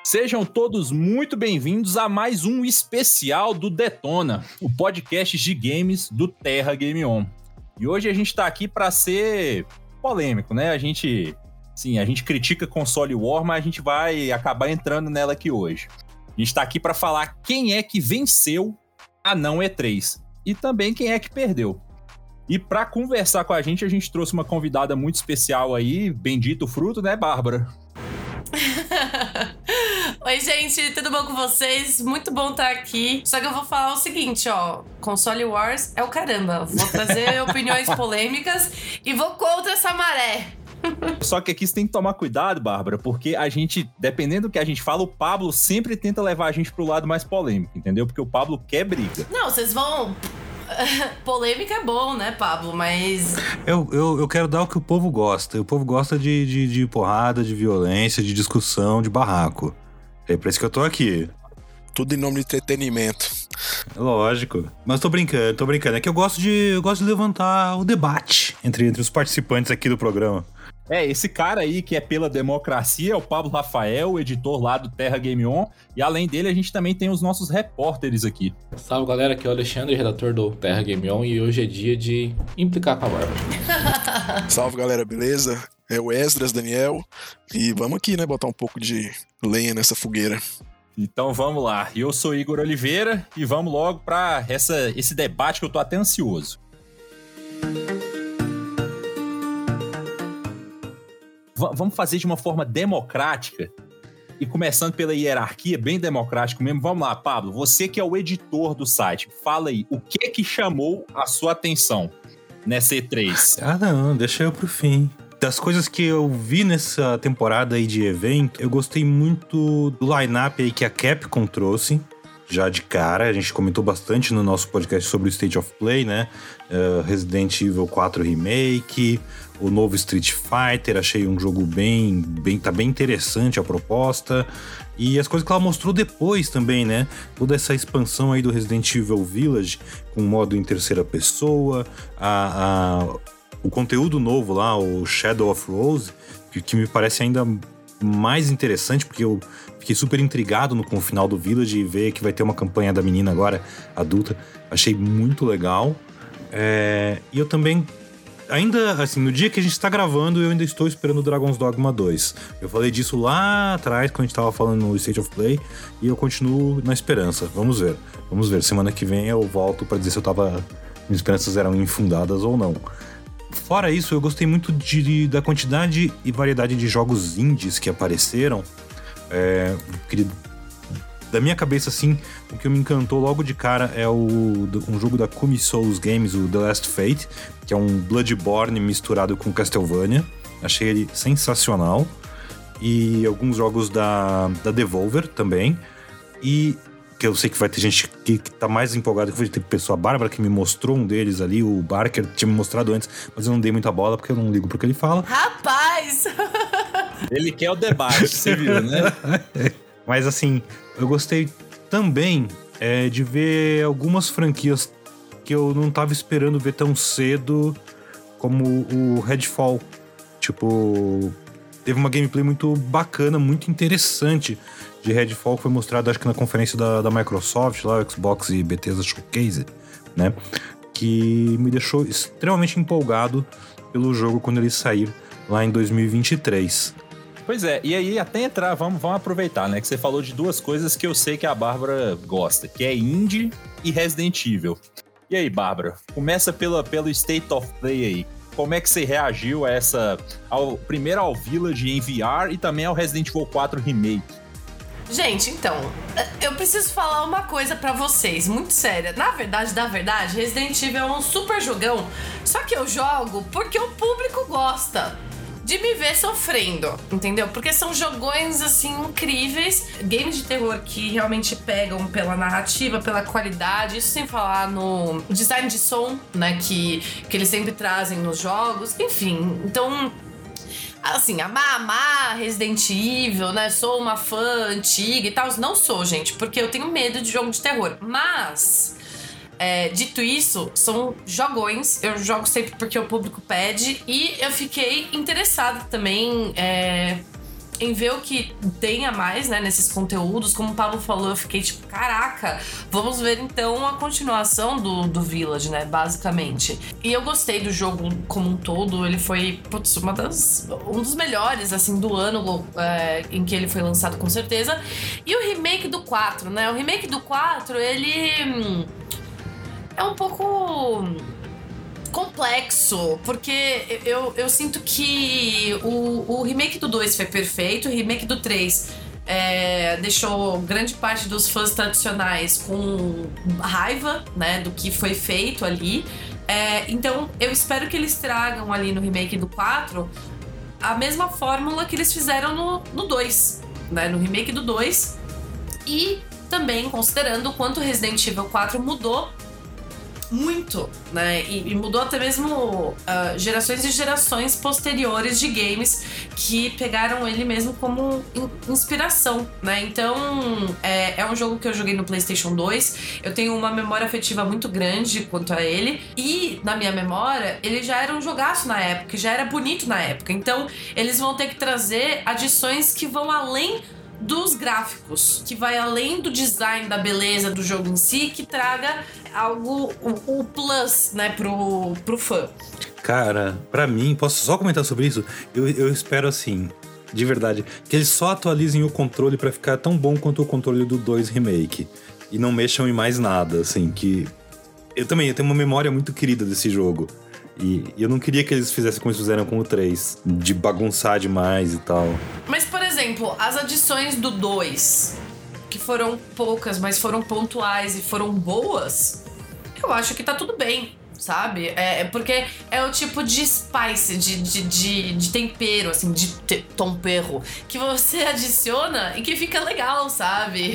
Sejam todos muito bem-vindos a mais um especial do Detona, o podcast de games do Terra Game On. E hoje a gente tá aqui para ser polêmico, né? A gente critica console war, mas a gente vai acabar entrando nela aqui hoje. A gente tá aqui para falar quem é que venceu a não E3 e também quem é que perdeu. E para conversar com a gente trouxe uma convidada muito especial aí, bendito fruto, né, Bárbara? Oi, gente, tudo bom com vocês? Muito bom estar aqui. Só que eu vou falar o seguinte, ó. Console Wars é o caramba. Vou trazer opiniões polêmicas e vou contra essa maré. Só que aqui você tem que tomar cuidado, Bárbara, porque a gente, dependendo do que a gente fala, o Pablo sempre tenta levar a gente pro lado mais polêmico, entendeu? Porque o Pablo quer briga. Não, vocês vão... Polêmica é bom, né, Pablo? Mas... Eu quero dar o que o povo gosta. O povo gosta de porrada, de violência, de discussão, de barraco. É pra isso que eu tô aqui. Tudo em nome de entretenimento. Lógico. Mas tô brincando. É que eu gosto de levantar o debate entre os participantes aqui do programa. Esse cara aí que é pela democracia é o Pablo Rafael, editor lá do Terra Game On. E além dele, a gente também tem os nossos repórteres aqui. Salve, galera. Aqui é o Alexandre, redator do Terra Game On. E hoje é dia de implicar com a Bárbara. Salve, galera. Beleza? É o Esdras, Daniel. E vamos aqui, né? Botar um pouco de lenha nessa fogueira. Então vamos lá. Eu sou Igor Oliveira e vamos logo para esse debate que eu tô até ansioso. Vamos fazer de uma forma democrática e começando pela hierarquia, bem democrático mesmo. Vamos lá, Pablo, você que é o editor do site, fala aí, o que chamou a sua atenção nessa E3? Não, deixa eu pro fim. Das coisas que eu vi nessa temporada aí de evento, eu gostei muito do line-up aí que a Capcom trouxe. Já de cara, a gente comentou bastante no nosso podcast sobre o State of Play, né? Resident Evil 4 Remake, o novo Street Fighter, achei um jogo tá bem interessante a proposta. E as coisas que ela mostrou depois também, né? Toda essa expansão aí do Resident Evil Village, com modo em terceira pessoa, o conteúdo novo lá, o Shadow of Rose, que me parece ainda mais interessante, porque eu fiquei super intrigado com o final do Village e ver que vai ter uma campanha da menina agora, adulta. Achei muito legal. E eu também, ainda assim, no dia que a gente está gravando, eu ainda estou esperando o Dragon's Dogma 2. Eu falei disso lá atrás, quando a gente estava falando no State of Play, e eu continuo na esperança. Vamos ver. Semana que vem eu volto para dizer se minhas esperanças eram infundadas ou não. Fora isso, eu gostei muito da quantidade e variedade de jogos indies que apareceram. Da minha cabeça, assim, o que me encantou logo de cara é um jogo da Kumi Souls Games, o The Last Fate, que é um Bloodborne misturado com Castlevania. Achei ele sensacional. E alguns jogos da Devolver também. E que eu sei que vai ter gente que tá mais empolgada, que vai ter pessoa, a Bárbara, que me mostrou um deles ali, o Barker tinha me mostrado antes, mas eu não dei muita bola, porque eu não ligo pro que ele fala. Rapaz! Ele quer o debate, você viu, né? Mas assim, eu gostei também de ver algumas franquias que eu não tava esperando ver tão cedo, como o Redfall. Tipo, teve uma gameplay muito bacana, muito interessante de Redfall, que foi mostrado, acho que na conferência da Microsoft, lá, o Xbox e Bethesda Showcase, né? Que me deixou extremamente empolgado pelo jogo quando ele sair lá em 2023. Pois é, e aí até entrar, vamos aproveitar, né? Que você falou de duas coisas que eu sei que a Bárbara gosta, que é indie e Resident Evil. E aí, Bárbara, começa pelo State of Play aí. Como é que você reagiu primeiro ao Village em VR e também ao Resident Evil 4 Remake? Gente, então, eu preciso falar uma coisa pra vocês, muito séria. Na verdade, Resident Evil é um super jogão, só que eu jogo porque o público gosta de me ver sofrendo, entendeu? Porque são jogões, assim, incríveis, games de terror que realmente pegam pela narrativa, pela qualidade, isso sem falar no design de som, né, que eles sempre trazem nos jogos, enfim, então... Assim, amar Resident Evil, né? Sou uma fã antiga e tal. Não sou, gente, porque eu tenho medo de jogo de terror. Mas, dito isso, são jogões. Eu jogo sempre porque o público pede. E eu fiquei interessada também em ver o que tem a mais, né, nesses conteúdos. Como o Pablo falou, eu fiquei tipo, caraca, vamos ver então a continuação do Village, né, basicamente. E eu gostei do jogo como um todo. Ele foi, putz, um dos melhores, assim, do ano em que ele foi lançado, com certeza. E o remake do 4, né, o remake do 4, ele é um pouco complexo, porque eu sinto que o remake do 2 foi perfeito, o remake do 3 deixou grande parte dos fãs tradicionais com raiva, né, do que foi feito ali. Então eu espero que eles tragam ali no remake do 4 a mesma fórmula que eles fizeram no 2, né, no remake do 2, e também considerando o quanto Resident Evil 4 mudou muito, né? E mudou até mesmo gerações e gerações posteriores de games que pegaram ele mesmo como inspiração, né? Então, é um jogo que eu joguei no PlayStation 2. Eu tenho uma memória afetiva muito grande quanto a ele. E, na minha memória, ele já era um jogaço na época, já era bonito na época. Então, eles vão ter que trazer adições que vão além dos gráficos, que vai além do design, da beleza do jogo em si, que traga algo, o plus, né, pro fã. Cara, pra mim, posso só comentar sobre isso? Eu espero, assim, de verdade, que eles só atualizem o controle pra ficar tão bom quanto o controle do 2 Remake. E não mexam em mais nada, assim, que... Eu tenho uma memória muito querida desse jogo. E eu não queria que eles fizessem como eles fizeram com o 3, de bagunçar demais e tal. Mas, por exemplo, as adições do 2, que foram poucas, mas foram pontuais e foram boas, eu acho que tá tudo bem, sabe? Porque é o tipo de spice, de tempero, assim, de tempero, que você adiciona e que fica legal, sabe?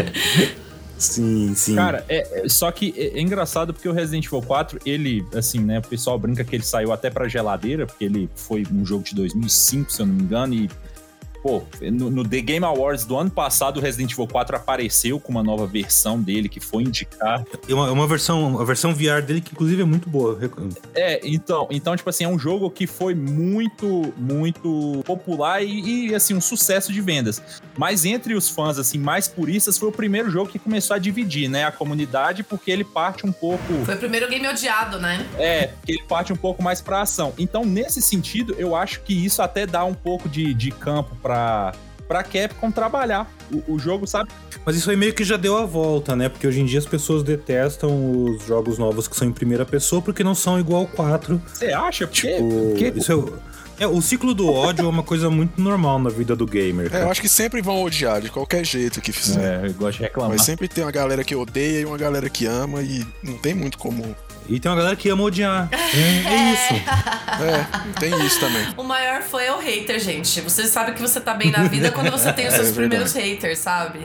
Sim, sim. Cara, só que é engraçado porque o Resident Evil 4, ele, assim, né, o pessoal brinca que ele saiu até pra geladeira, porque ele foi um jogo de 2005, se eu não me engano, e, pô, no The Game Awards do ano passado, o Resident Evil 4 apareceu com uma nova versão dele, que foi indicar. A versão VR dele, que inclusive é muito boa. Então, tipo assim, é um jogo que foi muito, muito popular e assim, um sucesso de vendas. Mas entre os fãs, assim, mais puristas, foi o primeiro jogo que começou a dividir, né, a comunidade, porque ele parte um pouco... Foi o primeiro game odiado, né? Porque ele parte um pouco mais pra ação. Então, nesse sentido, eu acho que isso até dá um pouco de campo pra Capcom trabalhar o jogo, sabe? Mas isso aí meio que já deu a volta, né? Porque hoje em dia as pessoas detestam os jogos novos que são em primeira pessoa porque não são igual ao 4. Você acha? Porque isso o ciclo do ódio é uma coisa muito normal na vida do gamer. Eu acho que sempre vão odiar, de qualquer jeito que fizer. Eu gosto de reclamar. Mas sempre tem uma galera que odeia e uma galera que ama, e não tem muito como... E tem uma galera que ama odiar. É isso. Tem isso também. O maior fã é o hater, gente. Você sabe que você tá bem na vida quando você tem os seus primeiros haters, sabe?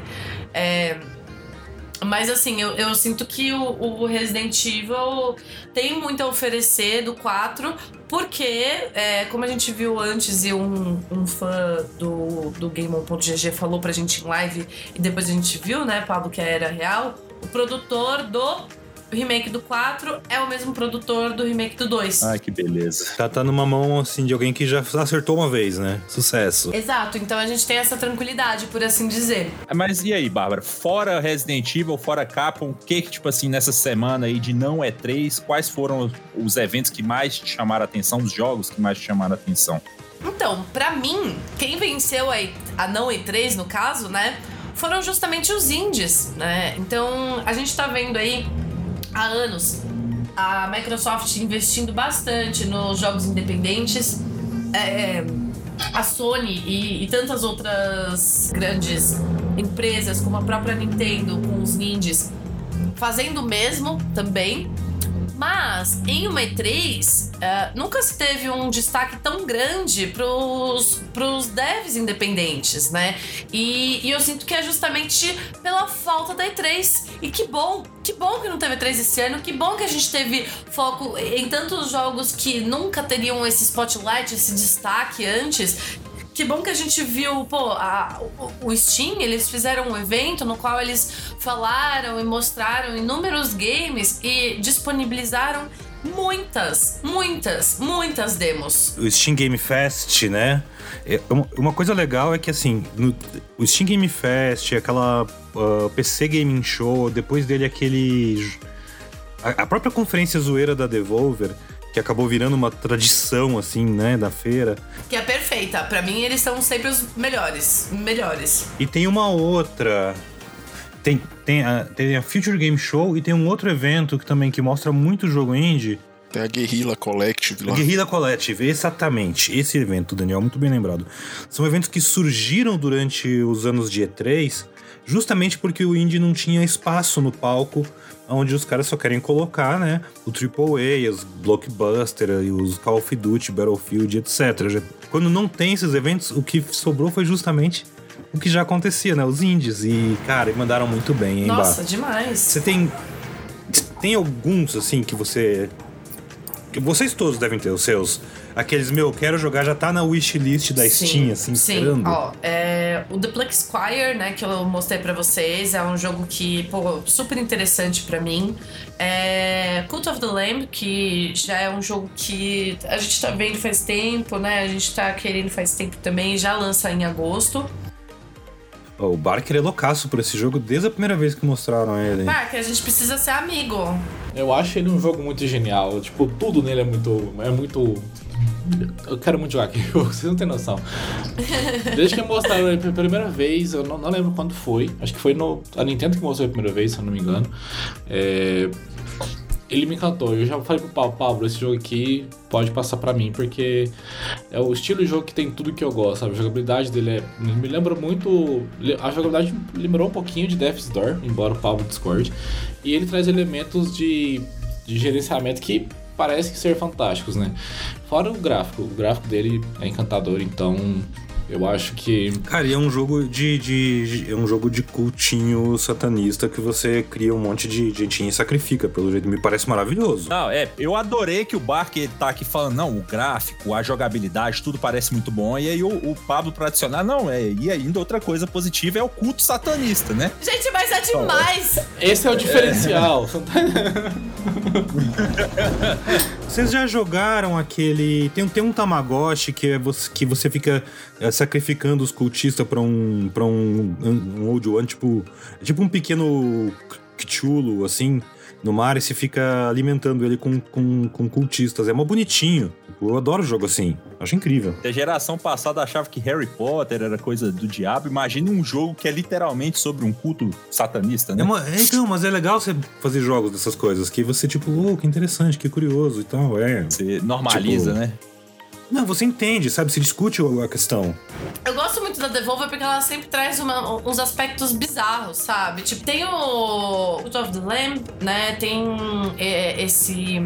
Mas assim, eu sinto que o Resident Evil tem muito a oferecer do 4, porque, como a gente viu antes e um fã do Game1.gg falou pra gente em live, e depois a gente viu, né, Pablo, que era real, o produtor do remake do 4 é o mesmo produtor do remake do 2. Ai, que beleza. Tá numa mão, assim, de alguém que já acertou uma vez, né? Sucesso. Exato, então a gente tem essa tranquilidade, por assim dizer. Mas e aí, Bárbara? Fora Resident Evil, fora Capcom, o que tipo assim, nessa semana aí de não E3, quais foram os eventos que mais te chamaram a atenção, os jogos que mais te chamaram a atenção? Então, pra mim, quem venceu a não E3, no caso, né, foram justamente os indies, né? Então, a gente tá vendo aí há anos a Microsoft investindo bastante nos jogos independentes, a Sony e tantas outras grandes empresas, como a própria Nintendo com os indies, fazendo o mesmo também. Mas em uma E3 nunca se teve um destaque tão grande pros devs independentes, né? E eu sinto que é justamente pela falta da E3. E que bom que não teve E3 esse ano, que bom que a gente teve foco em tantos jogos que nunca teriam esse spotlight, esse destaque antes. Que bom que a gente viu, o Steam, eles fizeram um evento no qual eles falaram e mostraram inúmeros games e disponibilizaram muitas demos. O Steam Game Fest, né? Uma coisa legal é que, assim, o Steam Game Fest, aquela PC Gaming Show, depois dele a própria conferência zoeira da Devolver, que acabou virando uma tradição, assim, né, da feira. Que é perfeita. Pra mim, eles são sempre os melhores. E tem uma outra... Tem a Future Game Show e tem um outro evento que mostra muito jogo indie. Tem a Guerrilla Collective lá. A Guerrilla Collective, exatamente. Esse evento, Daniel, muito bem lembrado. São eventos que surgiram durante os anos de E3, justamente porque o indie não tinha espaço no palco, onde os caras só querem colocar, né, o AAA, os blockbuster, os Call of Duty, Battlefield, etc. Quando não tem esses eventos, o que sobrou foi justamente o que já acontecia, né, os indies. E, cara, mandaram muito bem, hein, Nossa, Bah? demais. Você tem alguns, assim, que vocês todos devem ter os seus. Aqueles, quero jogar, já tá na wishlist da Steam, assim, esperando. Ó, o The Plex Squire, né, que eu mostrei pra vocês, é um jogo que, pô, super interessante pra mim. Cult of the Lamb, que já é um jogo que a gente tá vendo faz tempo, né, a gente tá querendo faz tempo também, já lança em agosto. O Barker é loucaço por esse jogo desde a primeira vez que mostraram ele. Barker, a gente precisa ser amigo. Eu acho ele um jogo muito genial. Tipo, tudo nele é muito... Eu quero muito jogar aqui, vocês não tem noção. Desde que mostraram ele pela primeira vez, eu não lembro quando foi. Acho que foi a Nintendo que mostrou a primeira vez, se eu não me engano. Ele me encantou. Eu já falei pro Pablo, esse jogo aqui pode passar pra mim, porque é o estilo de jogo que tem tudo que eu gosto, sabe? A jogabilidade dele me lembra muito... A jogabilidade lembrou um pouquinho de Death's Door, embora o Pablo discorde. E ele traz elementos de gerenciamento que parece que ser fantásticos, né? Fora o gráfico dele é encantador, então... Eu acho que... Cara, e é um jogo de cultinho satanista que você cria um monte de gentinha e sacrifica, pelo jeito. Me parece maravilhoso. Não, eu adorei que o Barker tá aqui falando, não, o gráfico, a jogabilidade, tudo parece muito bom. E aí o Pablo, pra adicionar, e ainda outra coisa positiva é o culto satanista, né? Gente, mas é demais! Esse é o diferencial. Vocês já jogaram aquele... Tem um Tamagotchi que você fica sacrificando os cultistas pra um Old One, tipo um pequeno Cthulhu, assim, no mar, e você fica alimentando ele com cultistas. É mó bonitinho. Eu adoro jogo assim. Acho incrível. A geração passada achava que Harry Potter era coisa do diabo. Imagina um jogo que é literalmente sobre um culto satanista, né? Então, mas é legal você fazer jogos dessas coisas, que você, que interessante, que curioso e tal. Você normaliza, né? Não, você entende, sabe? Você discute a questão. Eu gosto muito da Devolver porque ela sempre traz uns aspectos bizarros, sabe? Tipo, tem o Cult of the Lamb, né? Tem esse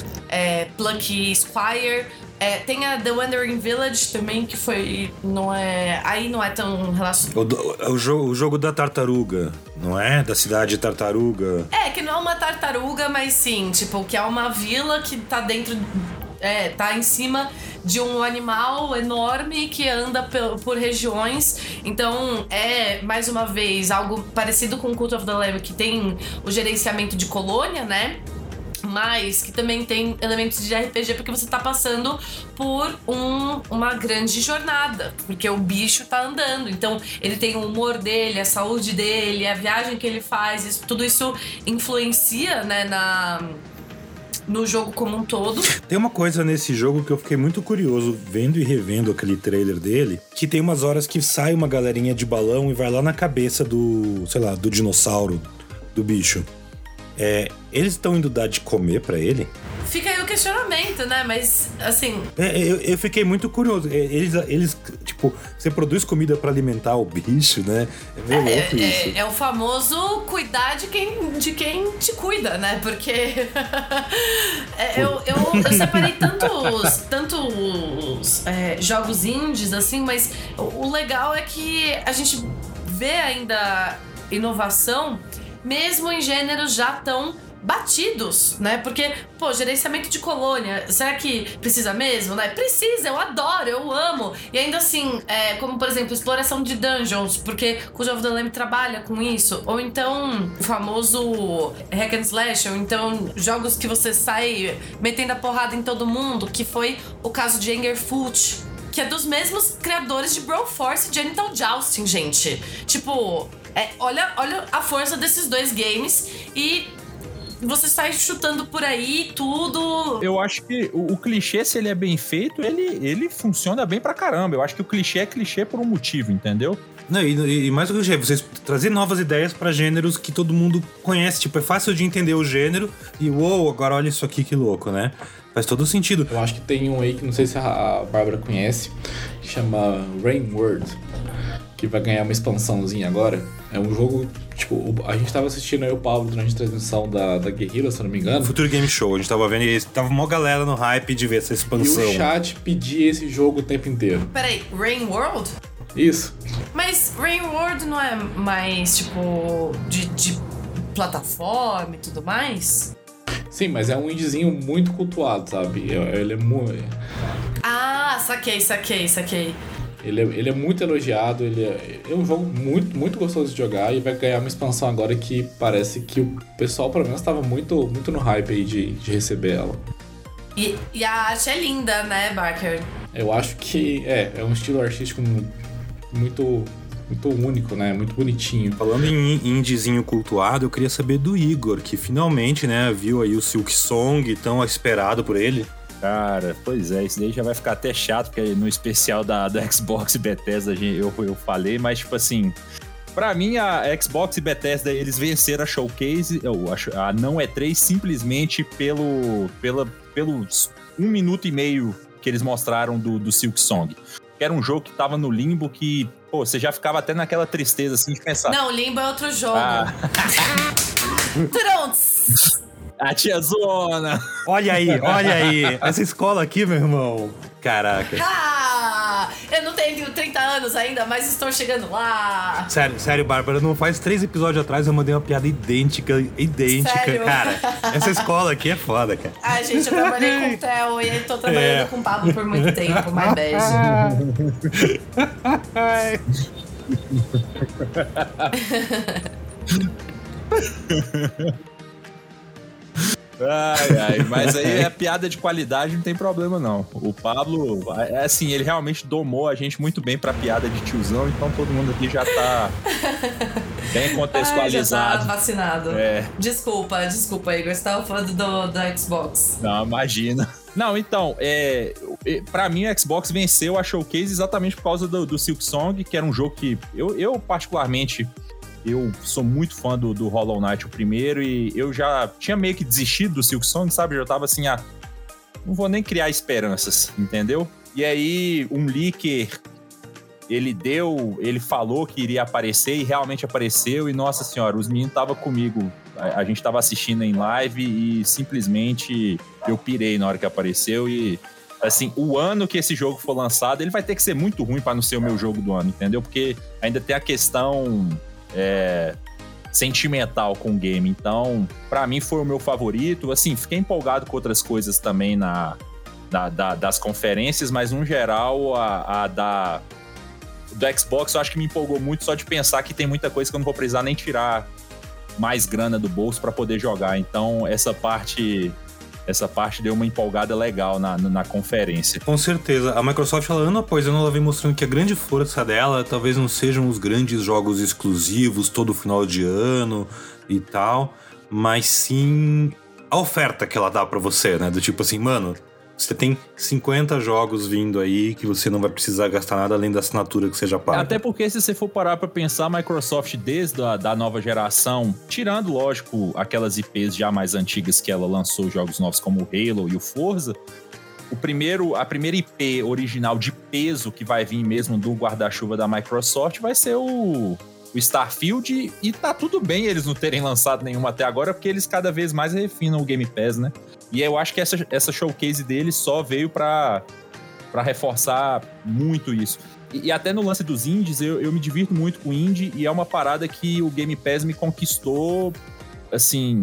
Plucky Squire. Tem a The Wandering Village também, que foi... Aí não é tão relacionado... O jogo da tartaruga, não é? Da cidade de tartaruga. Que não é uma tartaruga, mas sim, tipo, que é uma vila que tá dentro... tá em cima de um animal enorme que anda por regiões. Então, mais uma vez, algo parecido com Cult of the Lamb, que tem o gerenciamento de colônia, né? Mas que também tem elementos de RPG, porque você tá passando por uma grande jornada, porque o bicho tá andando. Então, ele tem o humor dele, a saúde dele, a viagem que ele faz, tudo isso influencia, né, no jogo como um todo. Tem uma coisa nesse jogo que eu fiquei muito curioso vendo e revendo aquele trailer dele, que tem umas horas que sai uma galerinha de balão e vai lá na cabeça do dinossauro, do bicho. Eles estão indo dar de comer pra ele? Fica aí o questionamento, né? Mas, assim... Eu fiquei muito curioso. Eles tipo, você produz comida pra alimentar o bicho, né? É meio louco isso. É o famoso cuidar de quem te cuida, né? Porque eu separei tantos jogos indies, assim, mas o legal é que a gente vê ainda inovação mesmo em gêneros já tão batidos, né? Porque, pô, gerenciamento de colônia, será que precisa mesmo, né? Precisa, eu adoro, eu amo. E ainda assim, como por exemplo, exploração de dungeons, porque Cult of the Lamb trabalha com isso. Ou então, o famoso hack and slash, ou então jogos que você sai metendo a porrada em todo mundo, que foi o caso de Angerfoot, que é dos mesmos criadores de Broforce e Genital Jousting, gente. Tipo, olha a força desses dois games e você sai chutando por aí tudo. Eu acho que o clichê, se ele é bem feito, ele funciona bem pra caramba. Eu acho que o clichê é clichê por um motivo, entendeu? Não, e mais do que o gênero, vocês trazer novas ideias pra gêneros que todo mundo conhece. Tipo, é fácil de entender o gênero e agora olha isso aqui, que louco, né? Faz todo sentido. Eu acho que tem um aí que não sei se a Bárbara conhece, que chama Rain World, que vai ganhar uma expansãozinha agora. É um jogo, tipo, a gente tava assistindo aí o Pablo durante a transmissão da Guerrilla, se eu não me engano. Futuro Game Show, a gente tava vendo e tava uma galera no hype de ver essa expansão. E o chat pedia esse jogo o tempo inteiro. Peraí, Rain World? Isso. Mas Rain World não é mais, tipo, de plataforma e tudo mais? Sim, mas é um indiezinho muito cultuado, sabe? Ele é muito... Ah, saquei. Ele é muito elogiado, ele é um jogo muito, muito gostoso de jogar e vai ganhar uma expansão agora que parece que o pessoal, pelo menos, estava muito, muito no hype aí de receber ela. E a arte é linda, né, Barker? Eu acho que é um estilo artístico muito, muito único, né? Muito bonitinho. Falando em indiezinho cultuado, eu queria saber do Igor, que finalmente, né, viu aí o Silk Song, tão esperado por ele. Cara, pois é, isso daí já vai ficar até chato, porque no especial da Xbox e Bethesda eu falei, mas tipo assim, pra mim a Xbox e Bethesda, eles venceram a Showcase, a não E3, simplesmente pelos 1 minuto e meio que eles mostraram do Silk Song. Que era um jogo que tava no limbo que, pô, você já ficava até naquela tristeza assim de pensar. Não, Limbo é outro jogo. Trunks! A tia Zona! Olha aí. Essa escola aqui, meu irmão. Caraca. Eu não tenho 30 anos ainda, mas estou chegando lá. Sério, Bárbara, não faz 3 episódios atrás eu mandei uma piada idêntica. Sério? Cara, essa escola aqui é foda, cara. Ai, gente, eu trabalhei com o Theo e tô trabalhando com o Pablo por muito tempo, my bad. Mas aí é piada de qualidade, não tem problema não. O Pablo, assim, ele realmente domou a gente muito bem pra piada de tiozão, então todo mundo aqui já tá bem contextualizado. Já tá vacinado. Desculpa, Igor, você tava falando do Xbox. Não, imagina. Não, então, pra mim o Xbox venceu a Showcase exatamente por causa do Silk Song, que era um jogo que eu particularmente... Eu sou muito fã do Hollow Knight, o primeiro, e eu já tinha meio que desistido do Silk Song, sabe? Eu já tava assim, não vou nem criar esperanças, entendeu? E aí, um leaker, ele falou que iria aparecer e realmente apareceu, e nossa senhora, os meninos estavam comigo, a gente tava assistindo em live e simplesmente eu pirei na hora que apareceu e... Assim, o ano que esse jogo for lançado, ele vai ter que ser muito ruim pra não ser o meu jogo do ano, entendeu? Porque ainda tem a questão... sentimental com o game, então pra mim foi o meu favorito, assim, fiquei empolgado com outras coisas também das conferências, mas no geral do Xbox eu acho que me empolgou muito só de pensar que tem muita coisa que eu não vou precisar nem tirar mais grana do bolso pra poder jogar, então essa parte deu uma empolgada legal na conferência. Com certeza. A Microsoft, ano após ano, ela vem mostrando que a grande força dela talvez não sejam os grandes jogos exclusivos todo final de ano e tal, mas sim a oferta que ela dá pra você, né? Do tipo assim, mano, você tem 50 jogos vindo aí que você não vai precisar gastar nada além da assinatura que você já paga. Até porque se você for parar pra pensar, a Microsoft desde da nova geração, tirando, lógico, aquelas IPs já mais antigas que ela lançou jogos novos como o Halo e o Forza, a primeira IP original de peso que vai vir mesmo do guarda-chuva da Microsoft vai ser o Starfield, e tá tudo bem eles não terem lançado nenhuma até agora, porque eles cada vez mais refinam o Game Pass, né? E eu acho que essa showcase deles só veio pra reforçar muito isso. E até no lance dos indies, eu me divirto muito com indie, e é uma parada que o Game Pass me conquistou, assim,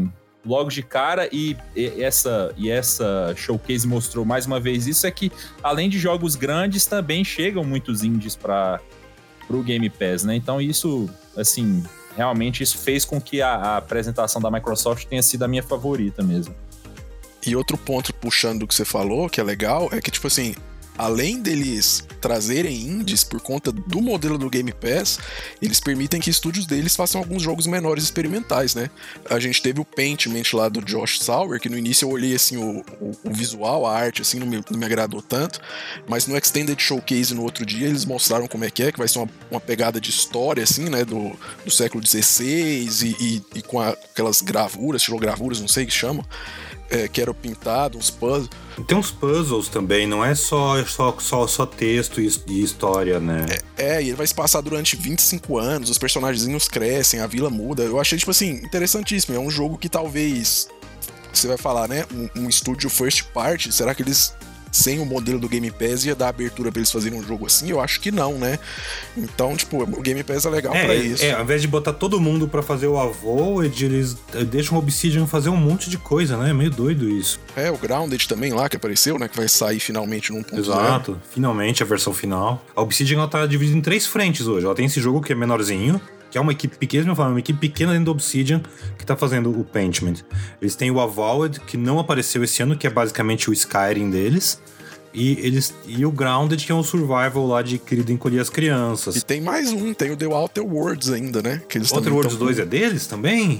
logo de cara, e essa showcase mostrou mais uma vez isso, é que além de jogos grandes, também chegam muitos indies pro Game Pass, né? Então isso, assim, realmente isso fez com que a apresentação da Microsoft tenha sido a minha favorita mesmo. E outro ponto puxando do que você falou, que é legal, é que, tipo assim, além deles trazerem indies por conta do modelo do Game Pass, eles permitem que estúdios deles façam alguns jogos menores experimentais, né? A gente teve o Pentiment lá do Josh Sauer, que no início eu olhei assim o visual, a arte, assim, não me agradou tanto, mas no Extended Showcase no outro dia eles mostraram como é, que vai ser uma pegada de história, assim, né, do século XVI e com aquelas gravuras, estilogravuras, não sei o que chamam, que era pintado, uns puzzles. Tem uns puzzles também, não é só texto e história, né? E ele vai se passar durante 25 anos, os personagens crescem, a vila muda. Eu achei, tipo assim, interessantíssimo. É um jogo que talvez, você vai falar, né, um estúdio first party, será que eles, sem o modelo do Game Pass, ia dar abertura pra eles fazerem um jogo assim? Eu acho que não, né? Então, tipo, o Game Pass é legal pra isso. Ao invés de botar todo mundo pra fazer o Avoid, eles deixam o Obsidian fazer um monte de coisa, né? É meio doido isso. O Grounded também lá, que apareceu, né? Que vai sair finalmente no 1.0. Exato, finalmente a versão final. A Obsidian, ela tá dividida em 3 frentes hoje. Ela tem esse jogo que é menorzinho, que é uma equipe pequena, uma equipe pequena dentro do Obsidian que tá fazendo o Pentiment. Eles têm o Avowed, que não apareceu esse ano, que é basicamente o Skyrim deles. E o Grounded, que é um survival lá de querido encolher as crianças. E tem mais tem o The Outer Worlds ainda, né? Que eles Outer Worlds 2 é deles também?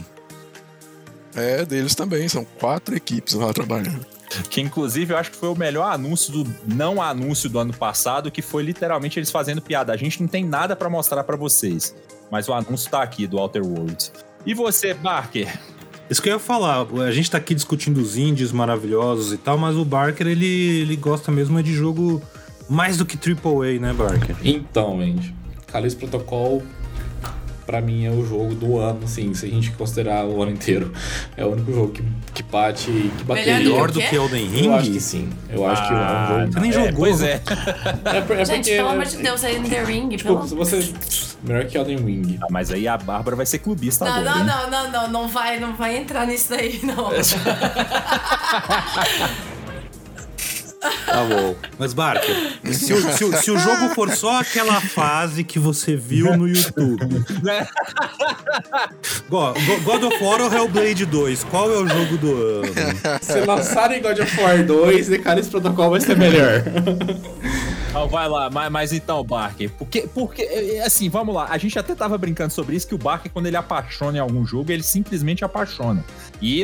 É, deles também. São 4 equipes lá trabalhando. Que inclusive eu acho que foi o melhor anúncio não anúncio do ano passado, que foi literalmente eles fazendo piada. A gente não tem nada pra mostrar pra vocês, mas o anúncio tá aqui do Outer Worlds. E você, Barker? Isso que eu ia falar, a gente tá aqui discutindo os indies maravilhosos e tal, mas o Barker, ele gosta mesmo de jogo mais do que AAA, né, Barker? Então, gente, Callisto Protocol, pra mim, é o jogo do ano, assim, se a gente considerar o ano inteiro. É o único jogo que bate, que bateria. Melhor do que Elden Ring? Eu acho que sim. Eu acho que é um jogo... Você nem jogou. Pois é. Gente, porque, pelo amor de Deus, é Elden Ring. Tipo, você... Melhor que Elden Ring. Mas aí a Bárbara vai ser clubista agora. Não vai entrar nisso daí, não. Tá bom. Mas, Barker, se o jogo for só aquela fase que você viu no YouTube. God of War ou Hellblade 2? Qual é o jogo do ano? Se lançarem God of War 2, e Callisto Protocol vai ser melhor. Então, vai lá, mas então, Barker, porque, assim, vamos lá, a gente até tava brincando sobre isso, que o Barker, quando ele apaixona em algum jogo, ele simplesmente apaixona. E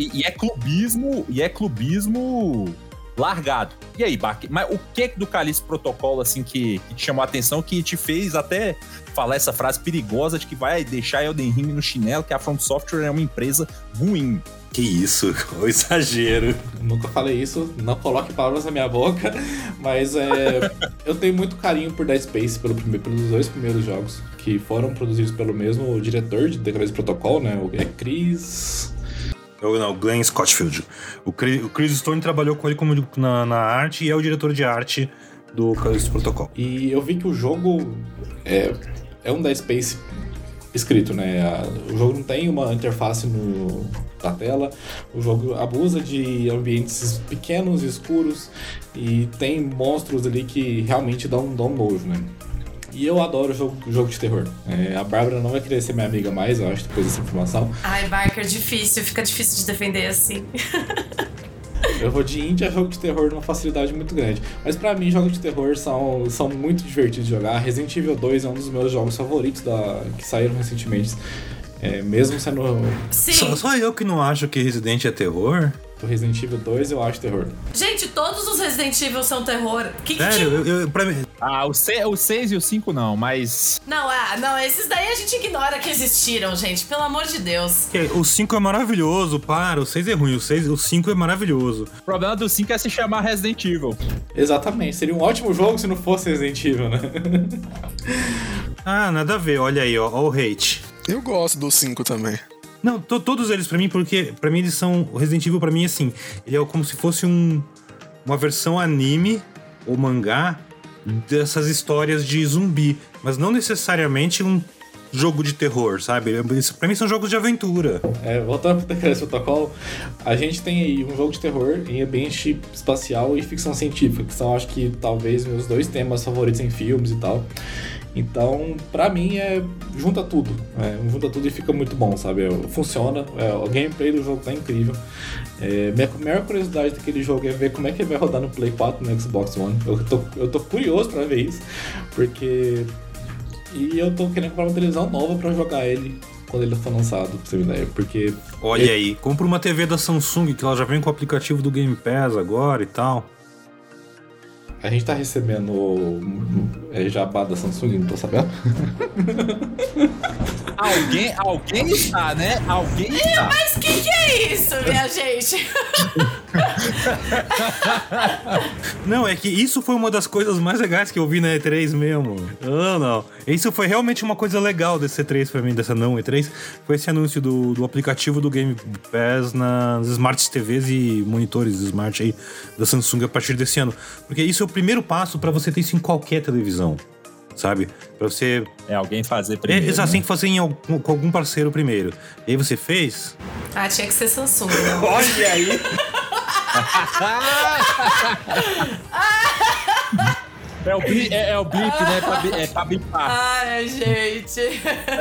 é clubismo largado. E aí, Barker, mas o que do Callisto Protocol, assim, que te chamou a atenção, que te fez até falar essa frase perigosa de que vai deixar Elden Ring no chinelo, que a From Software é uma empresa ruim? Que isso, o exagero. Nunca falei isso, não coloque palavras na minha boca, mas eu tenho muito carinho por Dead Space, pelos 2 primeiros jogos, que foram produzidos pelo mesmo diretor de The Callisto Protocol, né? É Chris... Não, Glenn Scotfield. O Chris Stone trabalhou com ele na arte e é o diretor de arte do Callisto Protocol. E eu vi que o jogo é um Dead Space escrito, né? O jogo não tem uma interface na tela, o jogo abusa de ambientes pequenos e escuros e tem monstros ali que realmente dão nojo, né? E eu adoro jogo de terror. A Bárbara não vai querer ser minha amiga mais, eu acho, depois dessa informação. Ai, Barker, fica difícil de defender assim. Eu vou de indie a jogo de terror numa facilidade muito grande. Mas pra mim, jogos de terror são muito divertidos de jogar. Resident Evil 2 é um dos meus jogos favoritos que saíram recentemente. Mesmo sendo... Sim. Só eu que não acho que Resident é terror? O Resident Evil 2 eu acho terror. Gente, todos os Resident Evil são terror. Sério? Pra mim... o 6 e o 5 não, mas... Não, esses daí a gente ignora que existiram, gente. Pelo amor de Deus. O 5 é maravilhoso, o 6 é ruim, o 5 é maravilhoso. O problema do 5 é se chamar Resident Evil. Exatamente, seria um ótimo jogo se não fosse Resident Evil, né? Nada a ver, olha aí, ó o hate. Eu gosto do 5 também. Não, todos eles pra mim, porque pra mim eles são... O Resident Evil pra mim, assim, ele é como se fosse uma versão anime ou mangá dessas histórias de zumbi, mas não necessariamente um jogo de terror, sabe? Isso, pra mim são jogos de aventura. Voltando pro Decalista Protocol, a gente tem aí um jogo de terror em ambiente espacial e ficção científica, que são, acho que, talvez, meus 2 temas favoritos em filmes e tal. Então, pra mim, junta tudo. Junta tudo e fica muito bom, sabe? Funciona, o gameplay do jogo tá incrível. Minha maior curiosidade daquele jogo é ver como é que ele vai rodar no Play 4 e no Xbox One. Eu tô curioso pra ver isso, porque... E eu tô querendo comprar uma televisão nova pra jogar ele quando ele for lançado, pra você ter ideia, porque... Olha aí, compra uma TV da Samsung, que ela já vem com o aplicativo do Game Pass agora e tal. A gente tá recebendo jabá da Samsung, não tô sabendo? Alguém está, né? Alguém está. Mas que é isso, minha gente? Não, é que isso foi uma das coisas mais legais que eu vi na E3 mesmo. Não. Isso foi realmente uma coisa legal desse E3 pra mim, dessa não E3. Foi esse anúncio do aplicativo do Game Pass nas Smart TVs e monitores Smart aí da Samsung a partir desse ano. Porque isso é o primeiro passo pra você ter isso em qualquer televisão. Sabe? Pra você... alguém fazer primeiro. Exato, né? tem que fazer com algum parceiro primeiro. E aí você fez... Tinha que ser Samsung, né? Olha aí! É o blip, né? É pra bipar. Ai, gente.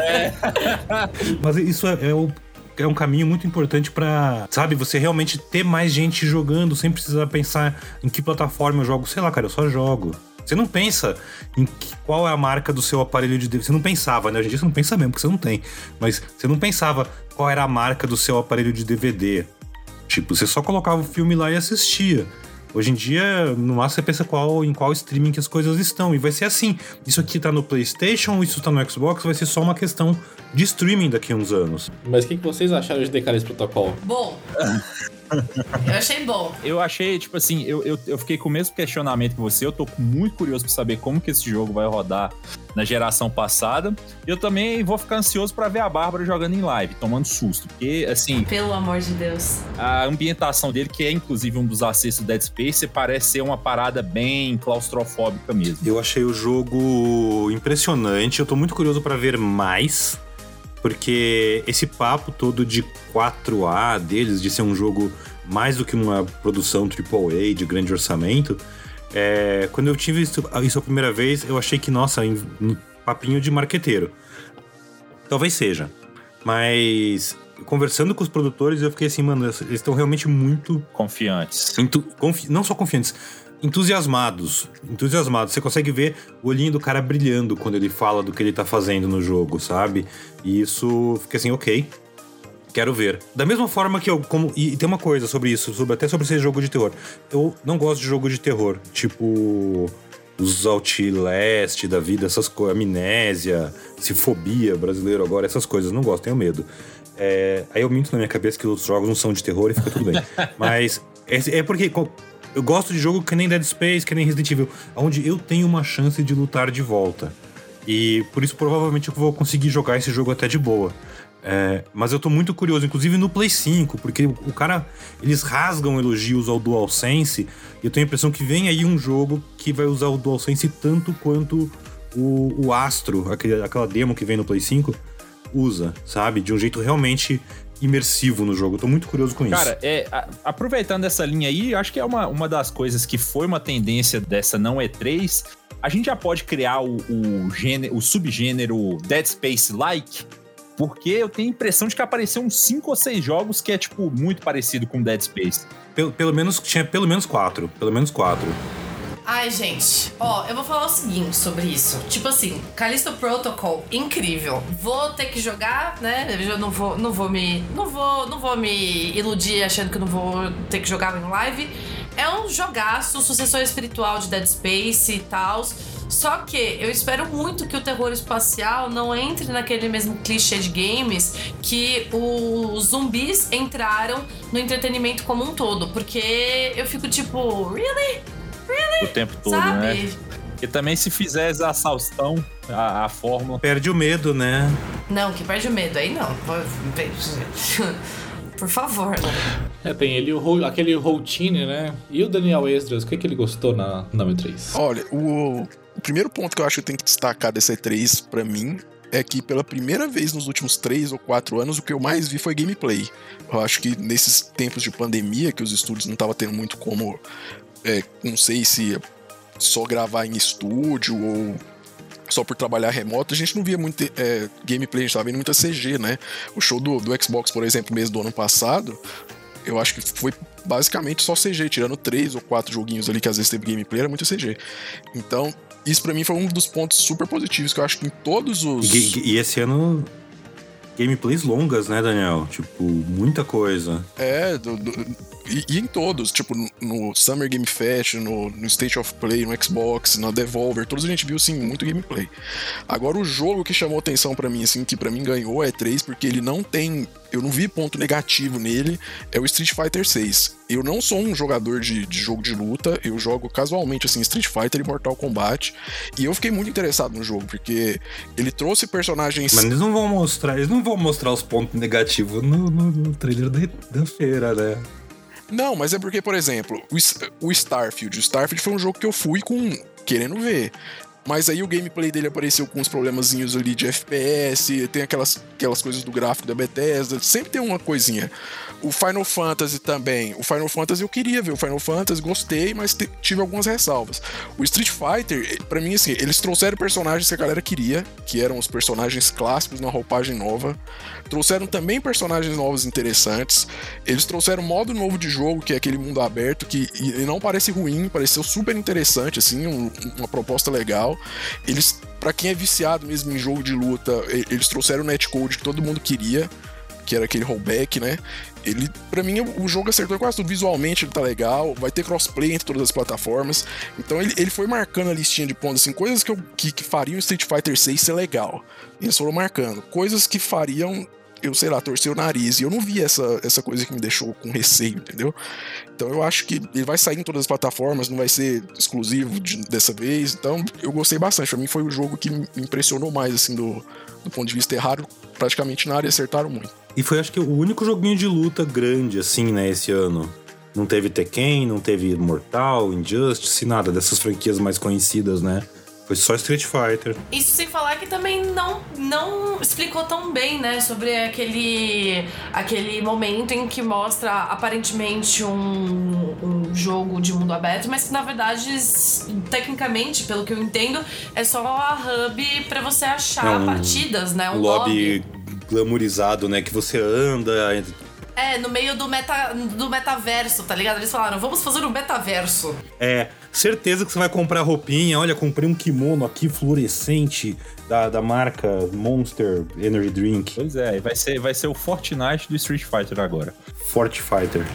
Mas isso é um caminho muito importante pra, sabe, você realmente ter mais gente jogando sem precisar pensar em que plataforma eu jogo. Sei lá, cara, eu só jogo. Você não pensa em qual é a marca do seu aparelho de DVD. Você não pensava, né? Hoje em dia você não pensa mesmo, porque você não tem. Mas você não pensava qual era a marca do seu aparelho de DVD. Tipo, você só colocava o filme lá e assistia. Hoje em dia, no máximo, você pensa em qual streaming que as coisas estão. E vai ser assim. Isso aqui tá no PlayStation, isso tá no Xbox, vai ser só uma questão de streaming daqui a uns anos. Mas o que vocês acharam de Decalista Protocol? Bom. Eu achei bom. Eu achei, tipo assim, eu fiquei com o mesmo questionamento que você. Eu tô muito curioso pra saber como que esse jogo vai rodar na geração passada. E eu também vou ficar ansioso pra ver a Bárbara jogando em live, tomando susto. Porque, assim... Pelo amor de Deus. A ambientação dele, que é inclusive um dos acessos do Dead Space, parece ser uma parada bem claustrofóbica mesmo. Eu achei o jogo impressionante. Eu tô muito curioso pra ver mais. Porque esse papo todo de 4A deles, de ser um jogo mais do que uma produção AAA de grande orçamento, quando eu tive isso a primeira vez, eu achei que, nossa, papinho de marqueteiro. Talvez seja. Mas conversando com os produtores, eu fiquei assim, mano, eles estão realmente muito... Confiantes. Não só confiantes, entusiasmados. Você consegue ver o olhinho do cara brilhando quando ele fala do que ele tá fazendo no jogo, sabe? E isso fica assim, ok, quero ver. Da mesma forma que e tem uma coisa sobre isso, até sobre esse jogo de terror. Eu não gosto de jogo de terror, tipo os Outlast da vida, essas coisas, Amnésia, Fobia brasileiro agora, essas coisas, não gosto, tenho medo. Aí eu minto na minha cabeça que os jogos não são de terror e fica tudo bem. Mas é porque... Eu gosto de jogo que nem Dead Space, que nem Resident Evil, onde eu tenho uma chance de lutar de volta. E por isso, provavelmente, eu vou conseguir jogar esse jogo até de boa. Mas eu tô muito curioso, inclusive no Play 5, porque eles rasgam elogios ao DualSense, e eu tenho a impressão que vem aí um jogo que vai usar o DualSense tanto quanto o Astro, aquela demo que vem no Play 5, usa, sabe? De um jeito realmente... imersivo no jogo. Eu tô muito curioso com isso. Cara, aproveitando essa linha aí, acho que é uma das coisas que foi uma tendência dessa não E3. A gente já pode criar o subgênero Dead Space-like, porque eu tenho a impressão de que apareceu uns 5 ou 6 jogos que é, tipo, muito parecido com Dead Space. Tinha pelo menos 4. Ai, gente, eu vou falar o seguinte sobre isso. Tipo assim, Callisto Protocol, incrível. Vou ter que jogar, né? Eu não vou me iludir achando que eu não vou ter que jogar em live. É um jogaço, sucessor espiritual de Dead Space e tal. Só que eu espero muito que o terror espacial não entre naquele mesmo clichê de games que os zumbis entraram no entretenimento como um todo. Porque eu fico tipo, really? O tempo todo, sabe? Né? E também se fizer exaustão, a fórmula... Perde o medo, né? Não, que perde o medo. Aí não. Por favor, né? Tem aquele Routine, né? E o Daniel Esdras, o que ele gostou na E3? Olha, o primeiro ponto que eu acho que tem que destacar dessa E3 pra mim é que pela primeira vez nos últimos 3 ou 4 anos, o que eu mais vi foi gameplay. Eu acho que nesses tempos de pandemia, que os estúdios não estavam tendo muito como, não sei se só gravar em estúdio ou só por trabalhar remoto, a gente não via muito gameplay, a gente tava vendo muita CG, né? O show do Xbox, por exemplo, mês do ano passado, eu acho que foi basicamente só CG, tirando 3 ou 4 joguinhos ali que às vezes teve gameplay, era muito CG. Então, isso pra mim foi um dos pontos super positivos que eu acho que em todos os... E esse ano, gameplays longas, né, Daniel? Tipo, muita coisa. E em todos, tipo, no Summer Game Fest, no State of Play, no Xbox, na Devolver, todos a gente viu, assim, muito gameplay. Agora, o jogo que chamou atenção pra mim, assim, que pra mim ganhou é 3, porque ele não tem... Eu não vi ponto negativo nele, é o Street Fighter 6. Eu não sou um jogador de jogo de luta, eu jogo casualmente, assim, Street Fighter e Mortal Kombat, e eu fiquei muito interessado no jogo, porque ele trouxe personagens... Mas eles não vão mostrar os pontos negativos no trailer da feira, né? Não, mas é porque, por exemplo, o Starfield foi um jogo que eu fui querendo ver. Mas aí o gameplay dele apareceu com uns problemazinhos ali de FPS, tem aquelas coisas do gráfico da Bethesda, sempre tem uma coisinha. O Final Fantasy também. O Final Fantasy eu queria ver, o Final Fantasy gostei, mas tive algumas ressalvas. O Street Fighter, pra mim, assim, eles trouxeram personagens que a galera queria, que eram os personagens clássicos numa roupagem nova. Trouxeram também personagens novos interessantes. Eles trouxeram um modo novo de jogo, que é aquele mundo aberto, que e não parece ruim, pareceu super interessante, assim, uma proposta legal. Eles, pra quem é viciado mesmo em jogo de luta, eles trouxeram o netcode que todo mundo queria, que era aquele rollback, né? Ele, pra mim, o jogo acertou quase tudo. Visualmente ele tá legal, vai ter crossplay entre todas as plataformas. Então ele foi marcando a listinha de pontos, assim, coisas que fariam Street Fighter 6 ser legal. E eles foram marcando. Coisas que fariam, eu sei lá, torcer o nariz. E eu não vi essa coisa que me deixou com receio, entendeu? Então eu acho que ele vai sair em todas as plataformas, não vai ser exclusivo dessa vez. Então eu gostei bastante. Pra mim foi o jogo que me impressionou mais, assim, do ponto de vista errado. Praticamente na área acertaram muito. E foi, acho que, o único joguinho de luta grande, assim, né, esse ano. Não teve Tekken, não teve Mortal, Injustice, nada dessas franquias mais conhecidas, né? Foi só Street Fighter. Isso sem falar que também não explicou tão bem, né, sobre aquele momento em que mostra aparentemente um jogo de mundo aberto, mas que na verdade, tecnicamente, pelo que eu entendo, é só a hub pra você achar partidas, né? Um lobby glamourizado, né, que você anda... no meio do metaverso, tá ligado? Eles falaram, vamos fazer um metaverso. Certeza que você vai comprar roupinha. Olha, comprei um kimono aqui fluorescente da marca Monster Energy Drink. Pois é, vai ser o Fortnite do Street Fighter agora. Forte Fighter.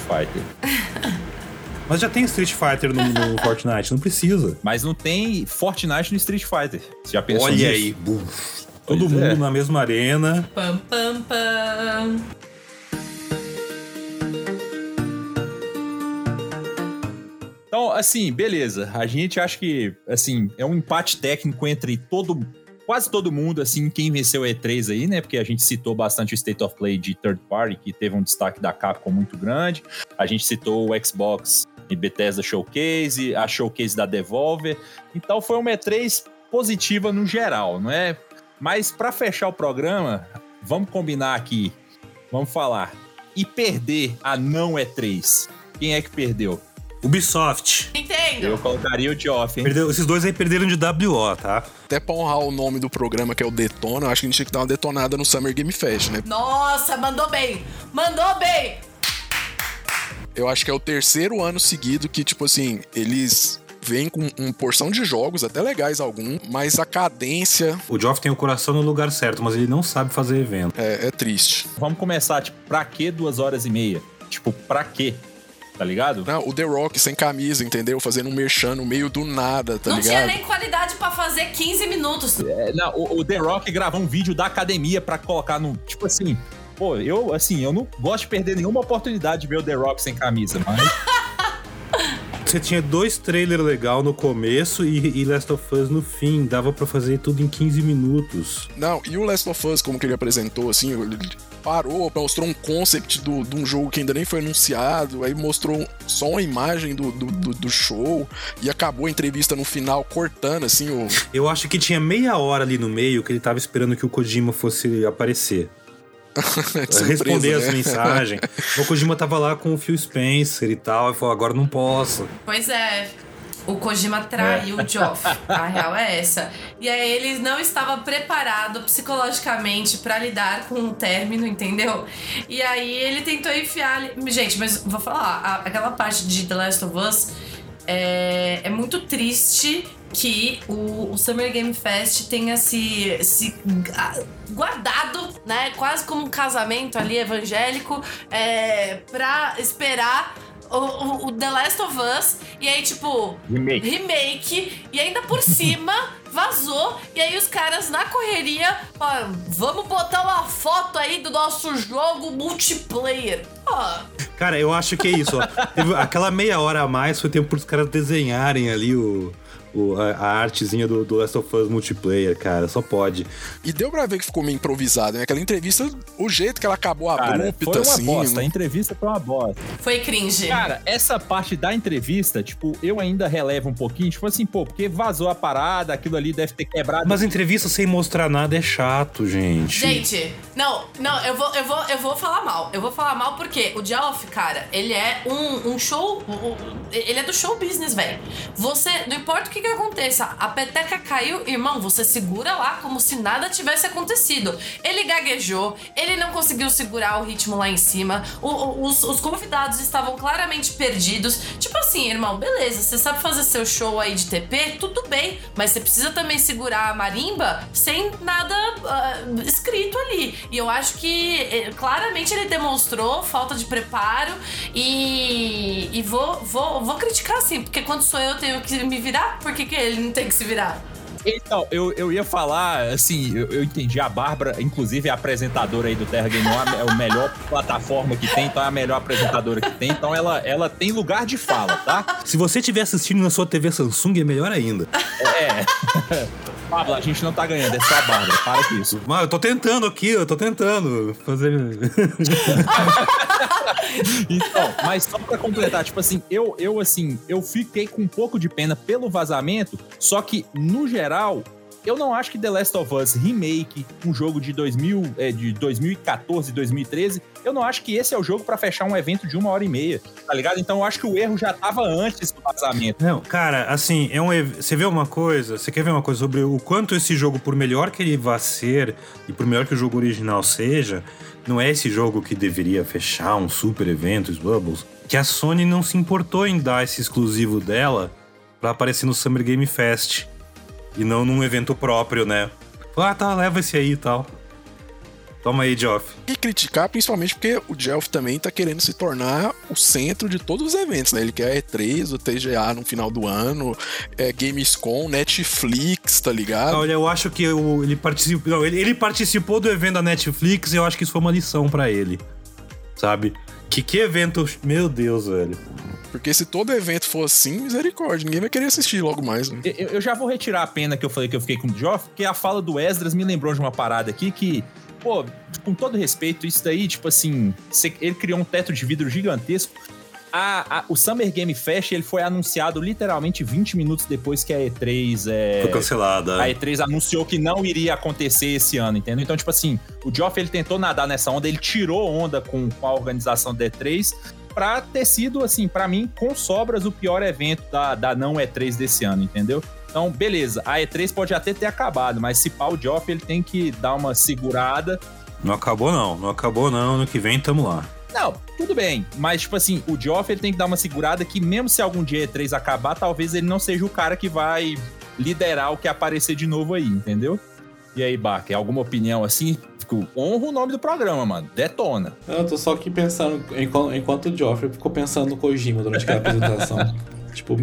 Mas já tem Street Fighter no Fortnite, não precisa. Mas não tem Fortnite no Street Fighter. Você já pensou nisso? Olha aí, todo mundo na mesma arena. Pam, pam, pam. Então, assim, beleza. A gente acha que, assim, é um empate técnico entre quase todo mundo, assim, quem venceu o E3 aí, né? Porque a gente citou bastante o State of Play de Third Party, que teve um destaque da Capcom muito grande. A gente citou o Xbox e Bethesda Showcase, a Showcase da Devolver. Então, foi uma E3 positiva no geral, não é? Mas, pra fechar o programa, vamos combinar aqui. Vamos falar. E perder a não E3? Quem é que perdeu? Ubisoft. Entendo. Eu colocaria o Geoff, hein? Esses dois aí perderam de WO, tá? Até pra honrar o nome do programa, que é o Detona, eu acho que a gente tinha que dar uma detonada no Summer Game Fest, né? Nossa, mandou bem! Mandou bem! Eu acho que é o 3º ano seguido que, tipo assim, eles vêm com uma porção de jogos, até legais algum, mas a cadência... O Geoff tem o coração no lugar certo, mas ele não sabe fazer evento. É triste. Vamos começar, tipo, pra quê 2h30? Tipo, pra quê? Tá ligado? Não, o The Rock sem camisa, entendeu? Fazendo um merchan no meio do nada, tá não ligado? Não tinha nem qualidade pra fazer 15 minutos. Não, o The Rock gravou um vídeo da academia pra colocar no... Tipo assim... Pô, eu não gosto de perder nenhuma oportunidade de ver o The Rock sem camisa, mas... Você tinha 2 trailers legais no começo e Last of Us no fim. Dava pra fazer tudo em 15 minutos. Não, e o Last of Us, como que ele apresentou, assim... parou, mostrou um concept de um jogo que ainda nem foi anunciado, aí mostrou só uma imagem do show e acabou a entrevista no final cortando, assim, o... Eu acho que tinha meia hora ali no meio que ele tava esperando que o Kojima fosse aparecer. surpresa, Responder as né? mensagens. O Kojima tava lá com o Phil Spencer e tal, e falou, agora não posso. Pois é. O Kojima traiu o Geoff. A real é essa. E aí ele não estava preparado psicologicamente pra lidar com o término, entendeu? E aí ele tentou enfiar... Gente, mas vou falar, aquela parte de The Last of Us é muito triste que o Summer Game Fest tenha se guardado, né? Quase como um casamento ali evangélico, pra esperar o The Last of Us, e aí, tipo, remake, e ainda por cima vazou, e aí os caras na correria falaram, vamos botar uma foto aí do nosso jogo multiplayer. Cara, eu acho que é isso, ó. Aquela meia hora a mais foi tempo pros caras desenharem ali a artezinha do Last of Us multiplayer, cara, só pode. E deu pra ver que ficou meio improvisado, né? Aquela entrevista, o jeito que ela acabou abrupta, foi uma assim... bosta, a entrevista foi uma bosta. Foi cringe. Cara, essa parte da entrevista, tipo, eu ainda relevo um pouquinho, tipo assim, pô, porque vazou a parada, aquilo ali deve ter quebrado... Mas entrevista sem mostrar nada é chato, gente. Gente, não, eu vou falar mal. Eu vou falar mal porque o Geoff, cara, ele é um show... Ele é do show business, velho. Você, não importa o que aconteça, a peteca caiu, irmão, você segura lá como se nada tivesse acontecido. Ele gaguejou, ele não conseguiu segurar o ritmo lá em cima, os convidados estavam claramente perdidos. Tipo assim, irmão, beleza, você sabe fazer seu show aí de TP, tudo bem, mas você precisa também segurar a marimba sem nada escrito ali. E eu acho que claramente ele demonstrou falta de preparo e vou criticar assim, porque quando sou eu tenho que me virar, por que ele não tem que se virar? Então, eu ia falar, assim, eu entendi, a Bárbara, inclusive, é a apresentadora aí do Terra Game On, é a melhor plataforma que tem, então é a melhor apresentadora que tem, então ela tem lugar de fala, tá? Se você estiver assistindo na sua TV Samsung, é melhor ainda. Pablo, a gente não tá ganhando, é só a Bárbara, para com isso. Mas eu tô tentando fazer... Então, mas só pra completar, tipo assim, eu fiquei com um pouco de pena pelo vazamento, só que, no geral, eu não acho que The Last of Us Remake, um jogo de 2014, 2013, eu não acho que esse é o jogo pra fechar um evento de 1h30, tá ligado? Então eu acho que o erro já tava antes do vazamento. Não, cara, assim, você vê uma coisa, você quer ver uma coisa sobre o quanto esse jogo, por melhor que ele vá ser, e por melhor que o jogo original seja, não é esse jogo que deveria fechar um super evento, os Bubbles, que a Sony não se importou em dar esse exclusivo dela pra aparecer no Summer Game Fest. E não num evento próprio, né? Tá, leva esse aí e tal. Toma aí, Geoff. E criticar, principalmente porque o Geoff também tá querendo se tornar o centro de todos os eventos, né? Ele quer a E3, o TGA no final do ano, Gamescom, Netflix, tá ligado? Olha, eu acho que ele participou do evento da Netflix e eu acho que isso foi uma lição pra ele. Sabe? Que evento... Meu Deus, velho. Porque se todo evento for assim, misericórdia, ninguém vai querer assistir logo mais, né? Eu já vou retirar a pena que eu falei que eu fiquei com o Geoff, porque a fala do Esdras me lembrou de uma parada aqui que, pô, com todo respeito, isso daí, tipo assim, ele criou um teto de vidro gigantesco. O Summer Game Fest, ele foi anunciado literalmente 20 minutos depois que a E3... Foi cancelada. A E3 anunciou que não iria acontecer esse ano, entendeu? Então, tipo assim, o Geoff, ele tentou nadar nessa onda, ele tirou onda com a organização da E3 pra ter sido, assim, pra mim, com sobras, o pior evento da não E3 desse ano, entendeu? Então, beleza, a E3 pode até ter acabado, mas se pá, o Geoff, ele tem que dar uma segurada. Não acabou não, ano que vem tamo lá. Não, tudo bem, mas tipo assim, o Geoff, ele tem que dar uma segurada que mesmo se algum dia a E3 acabar, talvez ele não seja o cara que vai liderar o que aparecer de novo aí, entendeu? E aí, Bach, alguma opinião assim? Honra o nome do programa, mano. Detona. Eu tô só aqui pensando, enquanto o Geoffrey ficou pensando no Kojima durante aquela apresentação. Tipo,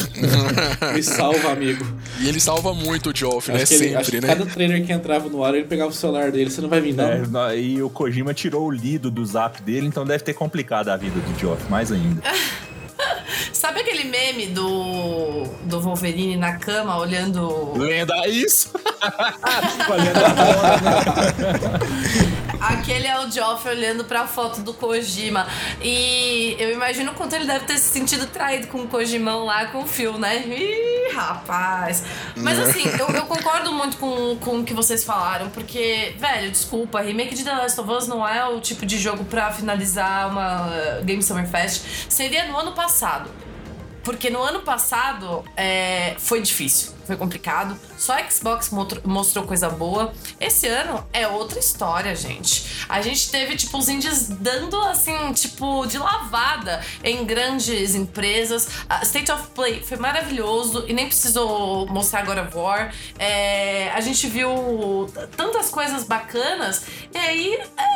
me salva, amigo. E ele salva muito o Geoff, né? Acho que cada trailer que entrava no ar, ele pegava o celular dele, você não vai vir, não. E o Kojima tirou o lido do zap dele, então deve ter complicado a vida do Geoff, mais ainda. Sabe aquele meme do Wolverine na cama olhando... Lenda isso! Aquele é o Geoff olhando pra foto do Kojima. E eu imagino o quanto ele deve ter se sentido traído com o Kojimão lá com o Phil, né? Ih, rapaz. Mas assim, eu concordo muito com o que vocês falaram, porque, velho, desculpa, remake de The Last of Us não é o tipo de jogo pra finalizar uma Game Summer Fest. Seria no ano passado. Porque no ano passado foi difícil, foi complicado. Só a Xbox mostrou coisa boa. Esse ano é outra história, gente. A gente teve, tipo, os indies dando, assim, tipo, de lavada em grandes empresas. A State of Play foi maravilhoso e nem precisou mostrar God of War. A gente viu tantas coisas bacanas. E aí,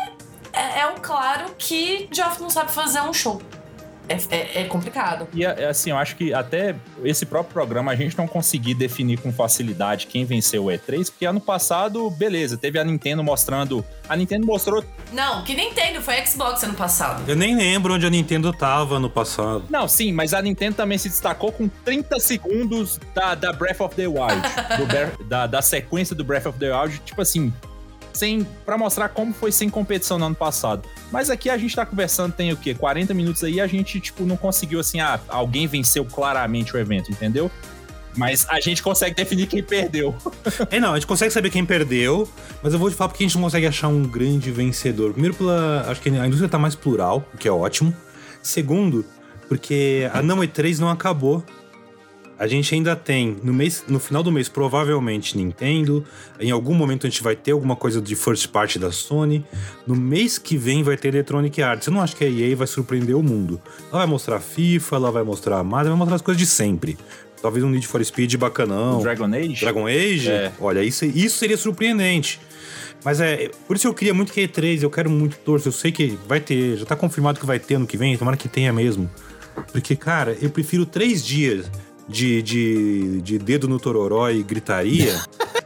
o claro que Geoff não sabe fazer um show. É complicado. E assim, eu acho que até esse próprio programa a gente não conseguiu definir com facilidade quem venceu o E3, porque ano passado, beleza, teve a Nintendo mostrando... A Nintendo mostrou... Não, que Nintendo, foi a Xbox ano passado. Eu nem lembro onde a Nintendo tava no passado. Não, sim, mas a Nintendo também se destacou com 30 segundos da Breath of the Wild, da sequência do Breath of the Wild, tipo assim... pra mostrar como foi sem competição no ano passado. Mas aqui a gente tá conversando, tem o quê? 40 minutos aí, a gente, tipo, não conseguiu, assim, alguém venceu claramente o evento, entendeu? Mas a gente consegue definir quem perdeu. Não, a gente consegue saber quem perdeu, mas eu vou te falar porque a gente não consegue achar um grande vencedor. Primeiro, acho que a indústria tá mais plural, o que é ótimo. Segundo, porque a Não E3 não acabou. A gente ainda tem, no final do mês, provavelmente Nintendo. Em algum momento a gente vai ter alguma coisa de first party da Sony. No mês que vem vai ter Electronic Arts. Eu não acho que a EA vai surpreender o mundo. Ela vai mostrar FIFA, ela vai mostrar Madden, vai mostrar as coisas de sempre. Talvez um Need for Speed bacanão. Dragon Age? Dragon Age? Olha, isso seria surpreendente. Mas por isso eu queria muito que a E3, eu quero muito torcer. Eu sei que vai ter, já tá confirmado que vai ter ano que vem, tomara que tenha mesmo. Porque, cara, eu prefiro 3 dias... De dedo no tororó e gritaria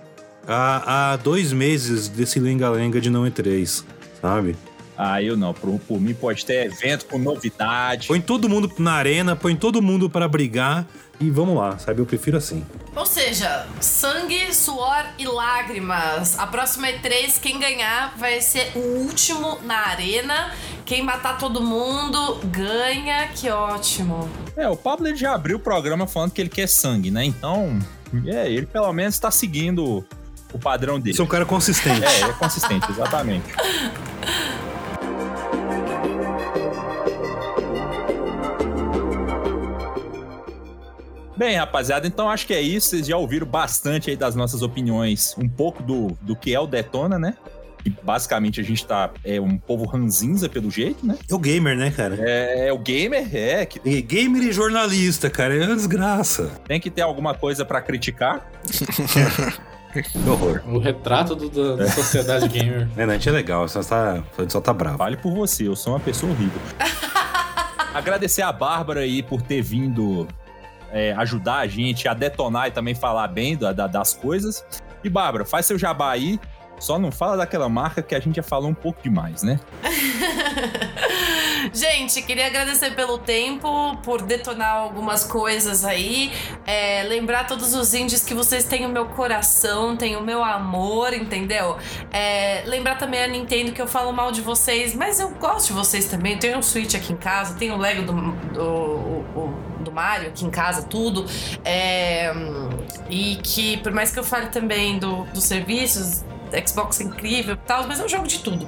há 2 meses desse lenga-lenga de Não E3, sabe? Eu não, por mim pode ter evento com novidade. Põe todo mundo na arena, põe todo mundo pra brigar e vamos lá, sabe? Eu prefiro assim. Ou seja, sangue, suor e lágrimas. A próxima E3, quem ganhar vai ser o último na arena. Quem matar todo mundo ganha, que ótimo. O Pablo ele já abriu o programa falando que ele quer sangue, né? Então, ele pelo menos tá seguindo o padrão dele. Sou um cara consistente. É consistente, exatamente. Bem, rapaziada, então acho que é isso. Vocês já ouviram bastante aí das nossas opiniões, um pouco do que é o Detona, né? E basicamente a gente tá um povo ranzinza pelo jeito, né? É o gamer, né, cara? É o gamer, Gamer e jornalista, cara, é uma desgraça. Tem que ter alguma coisa pra criticar. Que horror. O retrato da sociedade gamer. A gente é legal, só tá bravo. Fale por você, eu sou uma pessoa horrível. Agradecer a Bárbara aí por ter vindo ajudar a gente a detonar e também falar bem das coisas. E Bárbara, faz seu jabá aí. Só não fala daquela marca que a gente já falou um pouco demais, né? Gente, queria agradecer pelo tempo, por detonar algumas coisas aí. Lembrar todos os indies que vocês têm o meu coração, têm o meu amor, entendeu? Lembrar também a Nintendo que eu falo mal de vocês, mas eu gosto de vocês também. Tenho um Switch aqui em casa, tenho o Lego do Mario aqui em casa, tudo. E que, por mais que eu fale também dos serviços, Xbox é incrível e tal, mas eu jogo de tudo.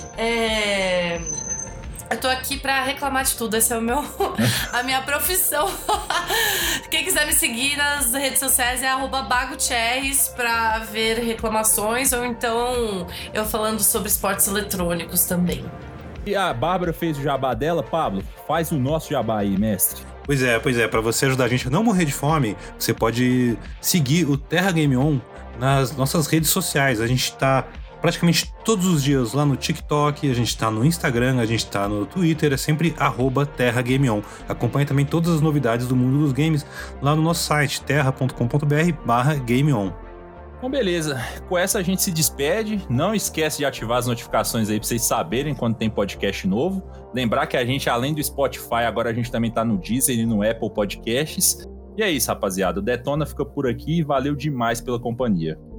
Eu tô aqui pra reclamar de tudo, essa é a minha profissão. Quem quiser me seguir nas redes sociais é @BagoTherres pra ver reclamações, ou então eu falando sobre esportes eletrônicos também. E a Bárbara fez o jabá dela. Pablo, faz o nosso jabá aí, mestre. Pois é, pra você ajudar a gente a não morrer de fome, você pode seguir o Terra Game On nas nossas redes sociais. A gente tá praticamente todos os dias lá no TikTok, a gente tá no Instagram, a gente tá no Twitter, é sempre @TerraGameOn. Acompanhe também todas as novidades do mundo dos games lá no nosso site, terra.com.br/GameOn. Então, beleza. Com essa a gente se despede. Não esquece de ativar as notificações aí pra vocês saberem quando tem podcast novo. Lembrar que a gente, além do Spotify, agora a gente também tá no Deezer e no Apple Podcasts. E é isso, rapaziada. O Detona fica por aqui e valeu demais pela companhia.